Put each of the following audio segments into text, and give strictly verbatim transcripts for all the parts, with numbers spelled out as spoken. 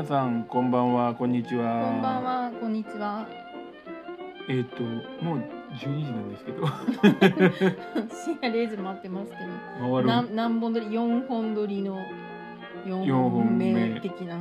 さんこんばんは、こんにちは。 こんばんは、こんにちは。 えっ、ともうじゅうにじなんですけど深夜れいじ回ってますけど、 回る何何本撮り、よんほん撮りのよんほんめ的な。 うん。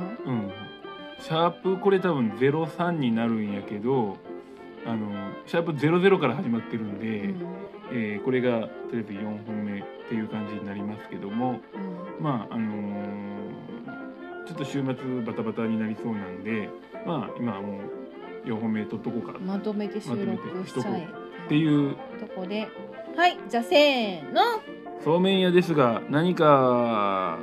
シャープこれ多分ゼロさんになるんやけど、あのシャープゼロゼロから始まってるんで、 うんえーこれがとりあえずよんほんめっていう感じになりますけども、 うんまああのーちょっと週末バタバタになりそうなんで、まあ今はもうよんほんめ撮っとこうかまとめて収録しちゃえっていうとこで、はい、じゃあせーの。 そうめん屋ですが、何か、はい、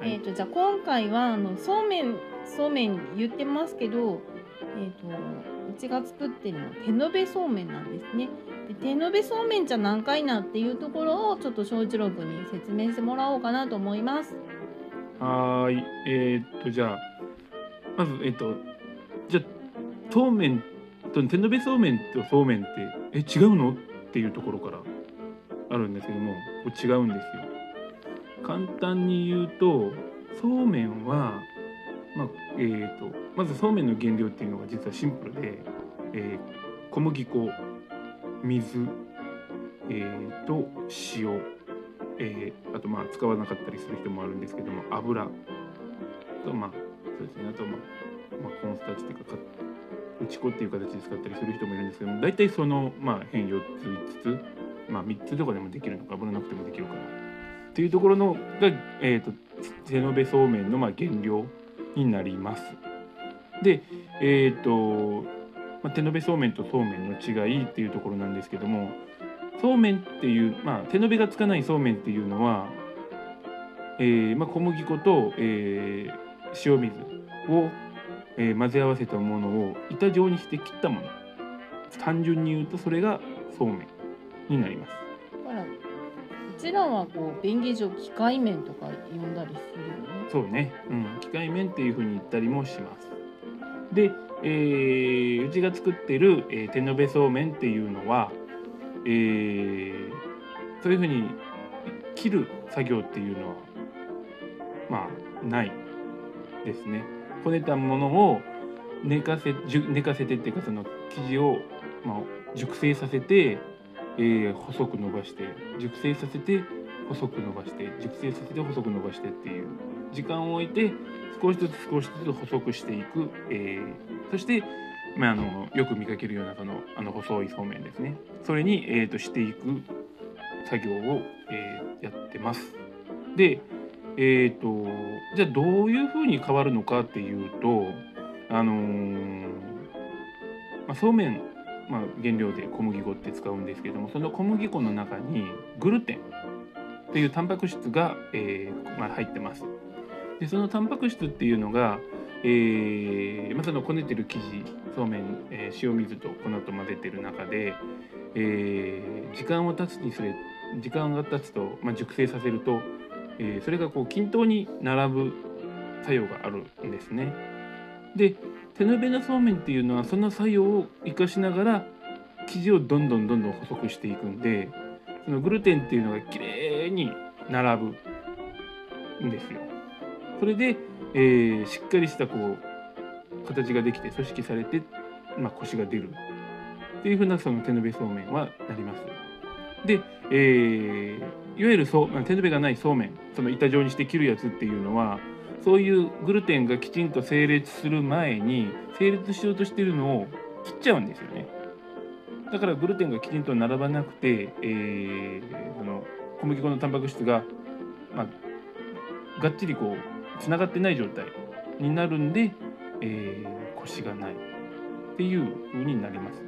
えっ、とじゃあ今回はあのそうめんそうめん言ってますけど、えっ、とうちが作ってるのは手延べそうめんなんですね。で手延べそうめんじゃ何回なっていうところをちょっと翔一郎君に説明してもらおうかなと思います。 はーい、えー、っとじゃあまずえっとじゃあそうめんと手延べそうめんとそうめんってえ違うのっていうところからあるんですけども、これ違うんですよ。簡単に言うと、そうめんはまあえー、っとまずそうめんの原料っていうのが実はシンプルで、えー小麦粉、水、えー、と塩、えー、あとまあ使わなかったりする人もあるんですけども、油とまあそうですね、あとまあ、まあ、コーンスターチっていうかか打ち粉っていう形で使ったりする人もいるんですけども、大体そのまあ辺よっついつつ、まあみっつとかでもできるのか、油なくてもできるからっていうところのが、えー、と手延べそうめんのまあ原料になります。でえっ、と、まあ、手延べそうめんとそうめんの違いっていうところなんですけども、そうめんっていう、まあ、手延べがつかないそうめんっていうのは、えーまあ、小麦粉と、えー塩水を、えー混ぜ合わせたものを板状にして切ったもの、単純に言うとそれがそうめんになります。 だからうちらはこう便宜上機械麺とか呼んだりするよね。 そうね、うん、機械麺っていう風に言ったりもします。で、えーうちが作ってる、えー手延べそうめんっていうのは、えーそういう風に切る作業っていうのはまあないですね。こねたものを寝かせじゅ寝かせてっていうか、その生地を、まあ、熟成させて、えー細く伸ばして、熟成させて細く伸ばして、熟成させて細く伸ばしてっていう時間を置いて、少しずつ少しずつ細くしていく、えーそして、まあ、あのよく見かけるようなそのあの細いそうめんですね、それに、えー、としていく作業を、えーやってます。でえー、とじゃあどういうふうに変わるのかっていうと、あのーまあ、そうめん、まあ、原料で小麦粉って使うんですけども、その小麦粉の中にグルテンっていうタンパク質が、えーまあ、入ってます。でそのタンパク質っていうのが、えーまあ、そのこねてる生地、そうめん、えー塩水と粉と混ぜてる中で、えー時間を経つにつれ時間が経つと、まあ、熟成させると、えーそれがこう均等に並ぶ作用があるんですね。で手延べのそうめんっていうのはその作用を生かしながら生地をどんどんどんどん細くしていくんで、そのグルテンっていうのがきれいに並ぶんですよ。それで、えーしっかりしたこう形ができて組織されて、まあ、コシが出るっていう風なその手延べそうめんはなります。で、えーいわゆるそう手延べがないそうめん、その板状にして切るやつっていうのは、そういうグルテンがきちんと整列する前に整列しようとしてるのを切っちゃうんですよね。だからグルテンがきちんと並ばなくて、えーその小麦粉のタンパク質が、まあ、がっちりこうつながってない状態になるんで、えー、コシがないっていう風になります。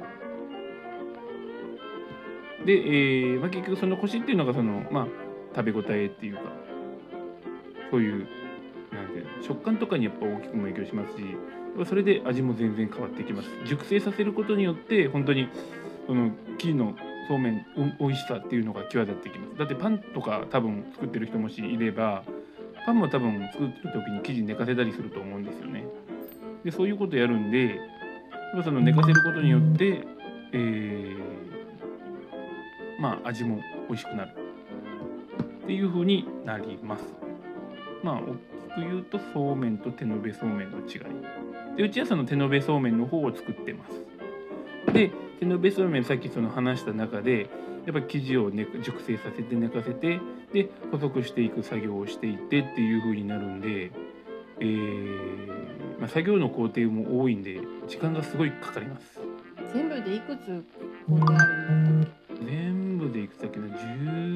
で、えーまあ、結局そのコシっていうのがその、まあ、食べ応えっていうか、そういうなんていうの食感とかにやっぱ大きくも影響しますし、それで味も全然変わってきます。熟成させることによって本当にその生地のそうめんお美味しさっていうのが際立ってきます。だってパンとか多分作ってる人もしいれば、パンも多分作ってる時に生地寝かせたりすると思うんですよね。でそういうことやるんで、その寝かせることによって、えーまあ味も美味しくなるっていう風になります。まあく言うとそうめんと手延べそうめんの違いで、うちはその手延べそうめんの方を作ってます。で手延べそうめん、さっきその話した中でやっぱ生地を、ね、熟成させて寝かせてで細くしていく作業をしていってっていう風になるんで、えーまあ、作業の工程も多いんで時間がすごいかかります。 全部でいくつ工程あるんだっけ？ 全部でいくつだっけな、じゅう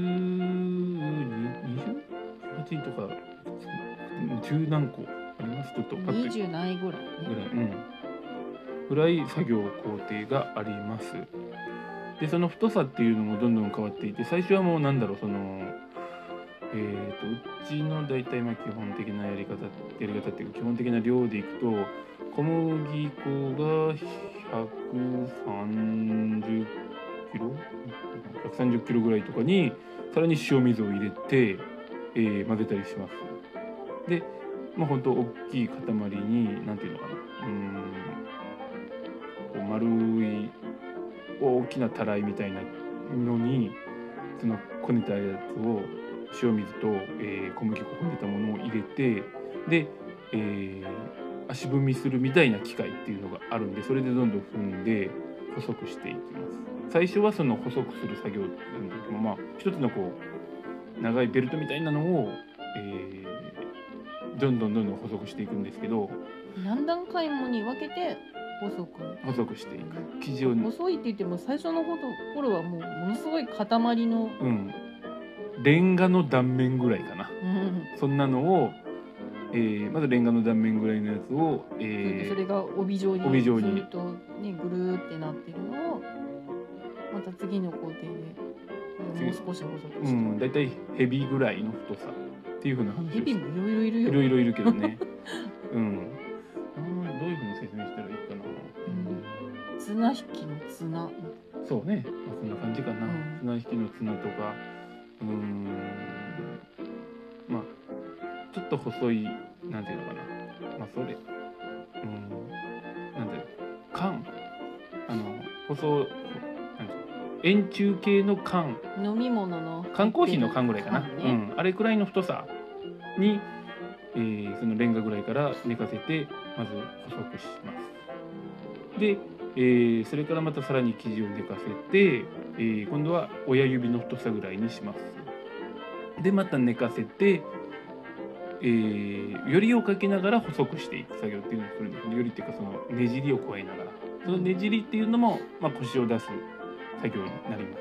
に、にじゅうはちとかじゅう何個あります。ちょっとパッとにじゅうないぐらいね。 ぐらい、うん、ぐらい作業工程があります。でその太さっていうのもどんどん変わっていて、最初はもうなんだろうそのえーとうちの大体まあ基本的なやり方やり方っていうか基本的な量でいくと、小麦粉がひゃくさんじゅっキロひゃくさんじゅっキロぐらいとかにさらに塩水を入れて、えー混ぜたりします。でまあ本当大きい塊になんていうのかな、うーんこう丸い大きなたらいみたいなのにそのこねたやつを塩水と、えー小麦粉こねたものを入れて、で、えー足踏みするみたいな機械っていうのがあるんで、それでどんどん踏んで細くしていきます。最初はその細くする作業の時もまあ一つのこう長いベルトみたいなのを、えーどんどんどんどん細くしていくんですけど、 何段階もに分けて細く細くしていく生地を、 細いって言っても最初の頃はもうものすごい塊の、 うん、レンガの断面ぐらいかな、 うん、 そんなのを、えーまずレンガの断面ぐらいのやつを、えーそれが帯状に帯状にずっとねぐるーってなってるのをまた次の工程でもう少し細くして、 うん、だいたいヘビぐらいの太さっていう風な話をして、 ヘビもいろいろいるよ。 いろいろいるけどねうんあーどういう風に説明したらいいかな、 うん、綱引きの綱、 そうね、まあ、そんな感じかな、 うん、 綱引きの綱とか、うーんまあちょっと細いなんていうのかな、まあそれうんなんだろう缶あの細なんていうの円柱形の缶、 飲み物の缶コーヒーの缶ぐらいかな、 缶ね、 うん、あれくらいの太さに、えーそのレンガぐらいから寝かせてまず細くします。で、えーそれからまたさらに生地を寝かせて、えー今度は親指の太さぐらいにします。でまた寝かせて、えーよりをかけながら細くしていく作業っていうのをするんですね。よりっていうかそのねじりを加えながら、そのねじりっていうのも、まあ、コシを出す作業になります。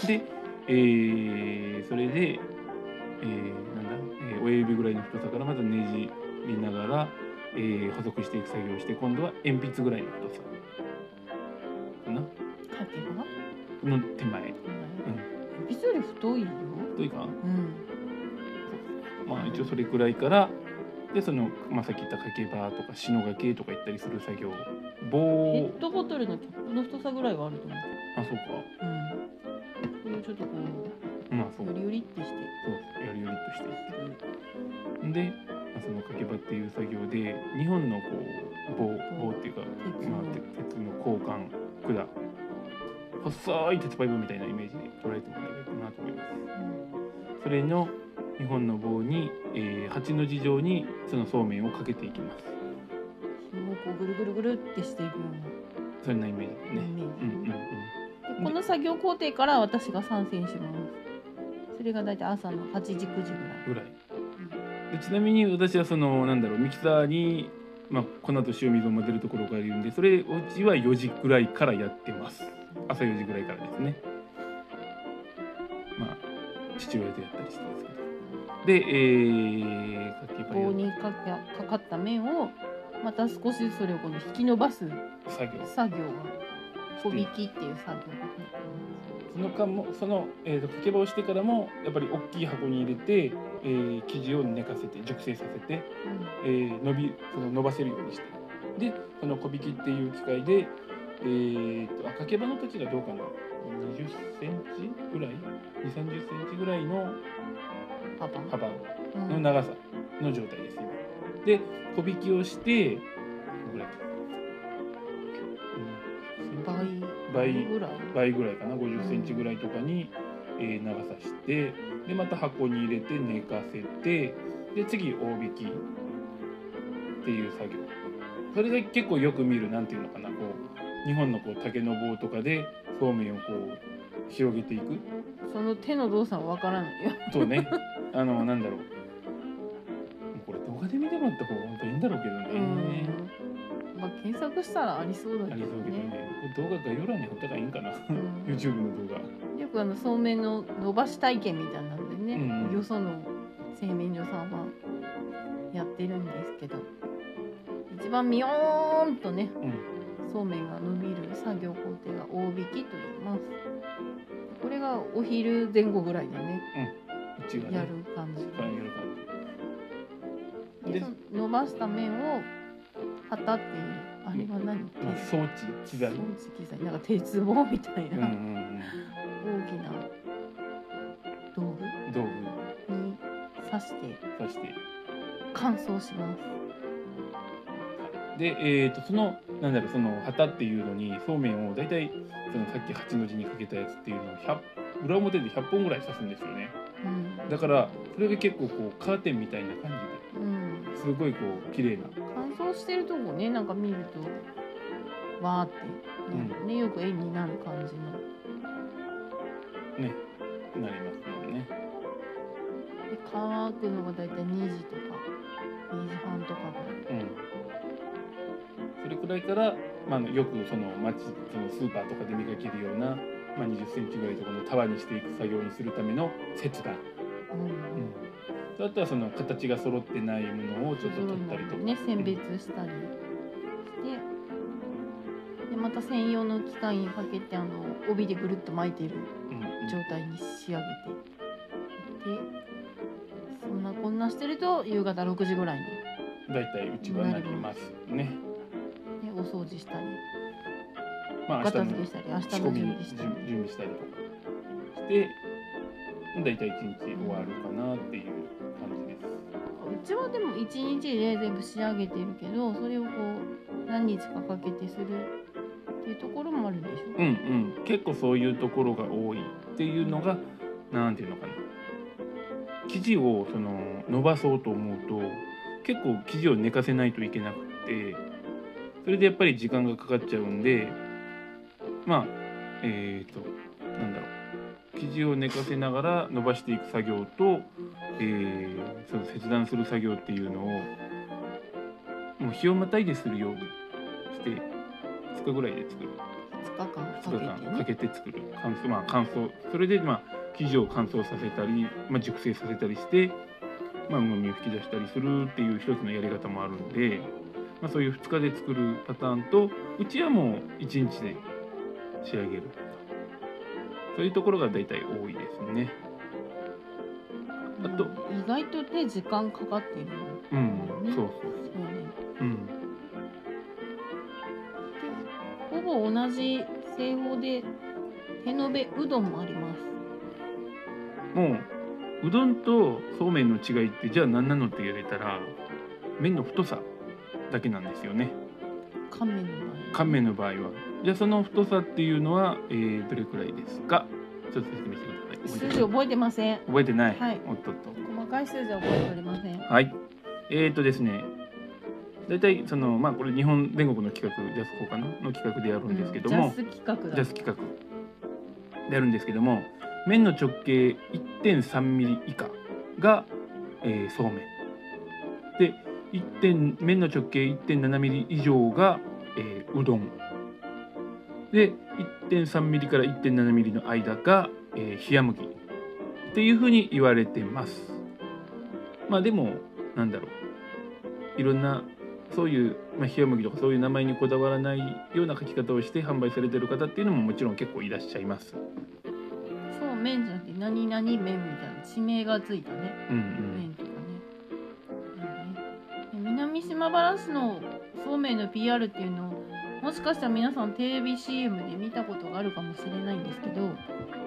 で、えーそれで、えーなんだ、えー親指ぐらいの太さからまたねじりながら、えー細くしていく作業をして、今度は鉛筆ぐらいの太さかなかけばの手前、うん、 鉛筆より太いよ。 太いかな、 うん、 まあ一応それくらいから、でその、まあ、さっき言った掛け刃とか篠掛けとか言ったりする作業、棒ペットボトルのキャップの太さぐらいはあると思う。 あそうか、 うん、これをちょっとこうまあそうよりよりってしてそうよりよりっとしていってで、まあ、その掛け刃っていう作業でにほんのこう棒棒っていうか、 鉄のまあ、鉄鉄の交換管細い鉄パイプみたいなイメージで捉えてもらえばいいかなと思います。それのにほんの棒に、えー、はちの字状にそのそうめんをかけていきます。 紐をこうぐるぐるぐるってしていくようなそんなイメージですね。 イメージ、 うんうんうん。 でこの作業工程から私が参戦します。それがだいたい朝のはちじくじぐらいぐらいで、ちなみに私はそのなんだろうミキサーに、まあ、粉と塩水を混ぜるところがいるんで、それうちはよじぐらいからやってます。朝よじぐらいからですね。まあ父親とやったりしてますけど。で、えー、かき棒にかかかかった面をまた少しずつそれをこの引き伸ばす作業作業が小引きっていう作業がその間もその、えー、とかけ刃をしてからもやっぱり大きい箱に入れて、えー生地を寝かせて熟成させて、えー伸びその伸ばせるようにして、でその小引きっていう機械で、えー、とあかけ刃の時がどうかなにじゅっセンチぐらいにじゅうさんじゅっセンチぐらいの幅幅うんの長さの状態です今。で小引きをしてどれぐらいか倍倍ぐらい倍ぐらいかなごじゅっセンチぐらいとかに、えー長さして、でまた箱に入れて寝かせて、 で次大引きっていう作業。それで結構よく見るなんていうのかな、こう日本のこう竹の棒とかでそうめんをこう広げていく。 その手の動作はわからないよ。 とね、あのなんだろう。これ動画で見てもらった方が本当にいいんだろうけどね。 うん、まあ、検索したらありそうだけどね。 ありそうけどね。これ動画概要欄に貼ったらいいんかな。 うん、 YouTube の動画。 よくあのそうめんの伸ばし体験みたいなんでね、 うんうん、 よその製麺所さんはやってるんですけど、一番ミヨーンとね、 うん、 そうめんが伸びる作業工程が大引きと言います。これがお昼前後ぐらいでね、 うん、うちがねやる感じ。 やる感じでその伸ばした麺を旗っていうあれは何？ まあ、装置機材。 装置機材、なんか鉄棒みたいな、 うんうんうん、 大きな道具道具に刺して刺して乾燥します。 で、えー、とそのなんだろう、その旗っていうのにそうめんをだいたいそのさっきはちの字にかけたやつっていうのをひゃく裏表でひゃっぽんぐらい刺すんですよね、 うん、 だからそれが結構こうカーテンみたいな感じで、 うん、 すごいこう綺麗な乾燥してるとこね、なんか見るとわーって、うんね、よく絵になる感じのねなりますのでね。 で乾くのがだいたいにじとかにじはんとかぐらい、 うん、それくらいから、まあ、よくその町そのスーパーとかで見かけるような、まあ、にじゅっセンチぐらいとかの束にしていく作業にするための切断、うん、あとはその形が揃ってないものをちょっと取ったりとか、 ね、選別したりして、でまた専用の機械にかけてあの帯でぐるっと巻いてる状態に仕上げていって、そんなこんなしてると夕方ろくじぐらいにだいたいうちはなりますね。 でお掃除したり、 まあ、 片付けしたり、明日の準備したり準備したりとかしてだいたいいちにち終わるかなっていう感じです。 うちはでもいちにちで全部仕上げてるけど、それをこう何日かかけてするっていうところもあるでしょ。 うんうん、結構そういうところが多いっていうのが、なんていうのかな、生地をその伸ばそうと思うと結構生地を寝かせないといけなくて、それでやっぱり時間がかかっちゃうんで、まあえーとなんだろう、生地を寝かせながら伸ばしていく作業と、えー、その切断する作業っていうのをもう日をまたいでするようにしてふつかぐらいで作る。 ふつかかんかけて、ね、 かけて作る乾燥、まあ、乾燥、それでまあ生地を乾燥させたり、まあ、熟成させたりして、まあ、うまみを引き出したりするっていう一つのやり方もあるんで、まあ、そういうふつかで作るパターンと、うちはもういちにちで仕上げる、そういうところがだいたい多いですね。あと、 うん、意外とね時間かかってる、 うん、 ね、 そうそうそう、うん、 ほぼ同じ製法で手延べうどんもあります。 もううどんとそうめんの違いってじゃあ何なのって言われたら、麺の太さだけなんですよね。 乾麺の場合、 乾麺の場合はじゃあその太さっていうのは、えー、どれくらいですか？ちょっと説明してください。 数字覚えてません。 覚えてない。 はい。 おっとっと。 細かい数字は覚えておりません。 はい。えーとですね。だいたいそのまあこれ日本全国の企画ジャスコかなの企画でやるんですけども、 うん、ジャス企画だ。 ジャス企画でやるんですけども、麺の直径 いってんさんミリ以下が、えー、そうめんで、いってん麺の直径 いってんななミリ以上が、えー、うどんで、いってんさんミリからいってんななミリの間が、えー、冷麦っていう風に言われてます。まあでもなんだろう、いろんなそういう、まあ、冷麦とかそういう名前にこだわらないような書き方をして販売されてる方っていうのももちろん結構いらっしゃいます。 そうめんじゃなくて何々麺みたいな地名がついたね、 うんうん、 麺とかね。南島原市のそうめんの ピーアール っていうのをもしかしたら皆さんテレビ シーエム で見たことがあるかもしれないんですけど、なんだっ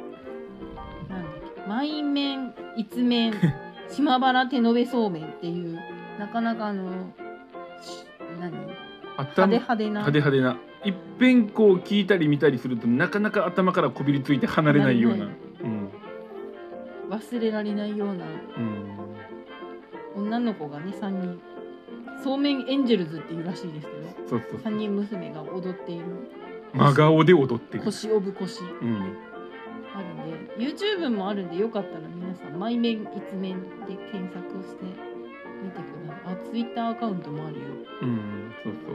け、毎麺一麺島原手延べそうめんっていうなかなかあの何派手派手な派手派手な、いっぺんこう聞いたり見たりするとなかなか頭からこびりついて離れないような、うん、 忘れられないような、 うん、 女の子がねさんにんそうめんエンジェルズっていうらしいですけど、 そうそうさんにん娘が踊っている真顔で踊ってる。 腰オブ腰、 うんあるんで YouTube もあるんでよかったら皆さん毎面一面で検索して見てください。あ、Twitter アカウントもあるよ。 うんそうそう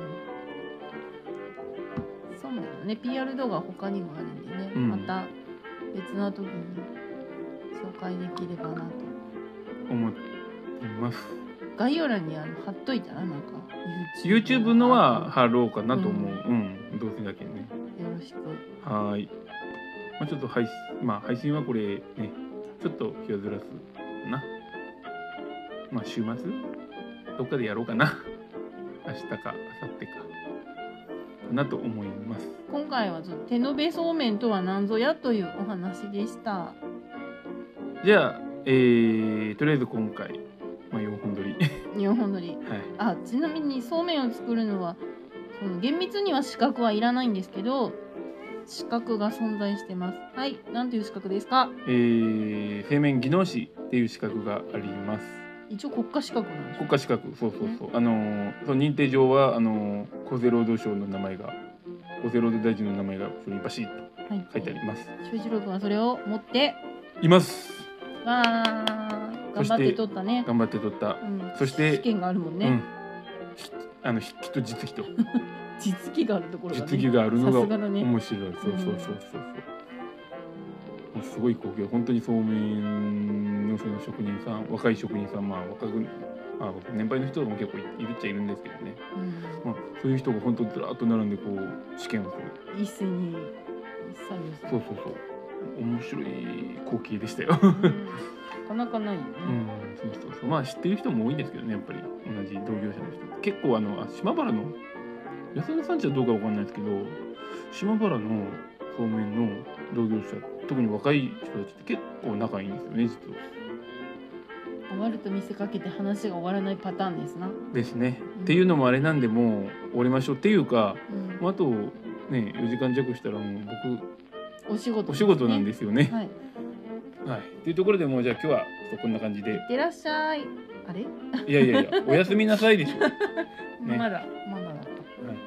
うん、そうめんのね ピーアール 動画他にもあるんでね、 うんまた別な時に紹介できればなと思ってます。 概要欄にあの貼っといたらなんか YouTube のは貼ろうかなと思う。 ううん、どうせだけね。 よろしく。 はーい。まあちょっと配信、まあ配信はこれね、ちょっと日をずらすな。まあ週末どっかでやろうかな。明日か明後日か。かなと思います。 今回はちょっと手延べそうめんとは何ぞやというお話でした。 じゃあ、えー、とりあえず今回、まあよんほん撮り。 よんほん撮り。 はい。 あ、ちなみにそうめんを作るのはその厳密には資格はいらないんですけど、資格が存在してます。はい、なんという資格ですか？ えー、製麺技能士っていう資格があります。 一応国家資格なんでしょ？ 国家資格、そうそうそう。あのー、その認定上はあのー、厚生労働省の名前が、厚生労働大臣の名前がそれにバシッと書いてあります。 翔一郎君はそれを持っています。 わー、頑張って取ったね。 頑張って取った。 うん、 そして試験があるもんね。 うん、あの筆記と実技と実技があるところがね。 実技があるのがさすがだね。 面白い。そうそうそうそうそう。もうすごい光景。本当にそうめんのその職人さん、若い職人さん、まあ若く、まあ年配の人も結構いるっちゃいるんですけどね。 うん、 まあそういう人が本当ずらっと並んでこう試験をする。 一斉に作業する。 そうそうそう。面白い光景でしたよ。 うん、なかなかないよね。 うん、そうそうそう。まあ知ってる人も多いんですけどね、やっぱり同じ同業者の人。結構あのあ島原の安田さんちはどうかわかんないですけど、島原のそうめんの同業者、特に若い人たちって結構仲いいんですよね、実は。 終わると見せかけて話が終わらないパターンですな。 ですね。 うん、 っていうのもあれなんでもう終わりましょうっていうか、 うん、 あとねよじかん弱したらもう僕お仕事、ね、 お仕事なんですよね。 はい。 はい。というところでもうじゃあ今日はこんな感じで。いってらっしゃい。あれ？ いやいやいや、おやすみなさいでしょ。ね、 まだまだだった。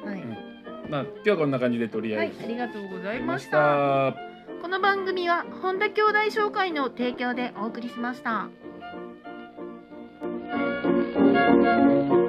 はい。はい、 うん、まあ今日はこんな感じでとりあえず。 はい、ありがとうございました。この番組は本田兄弟紹介の提供でお送りしました。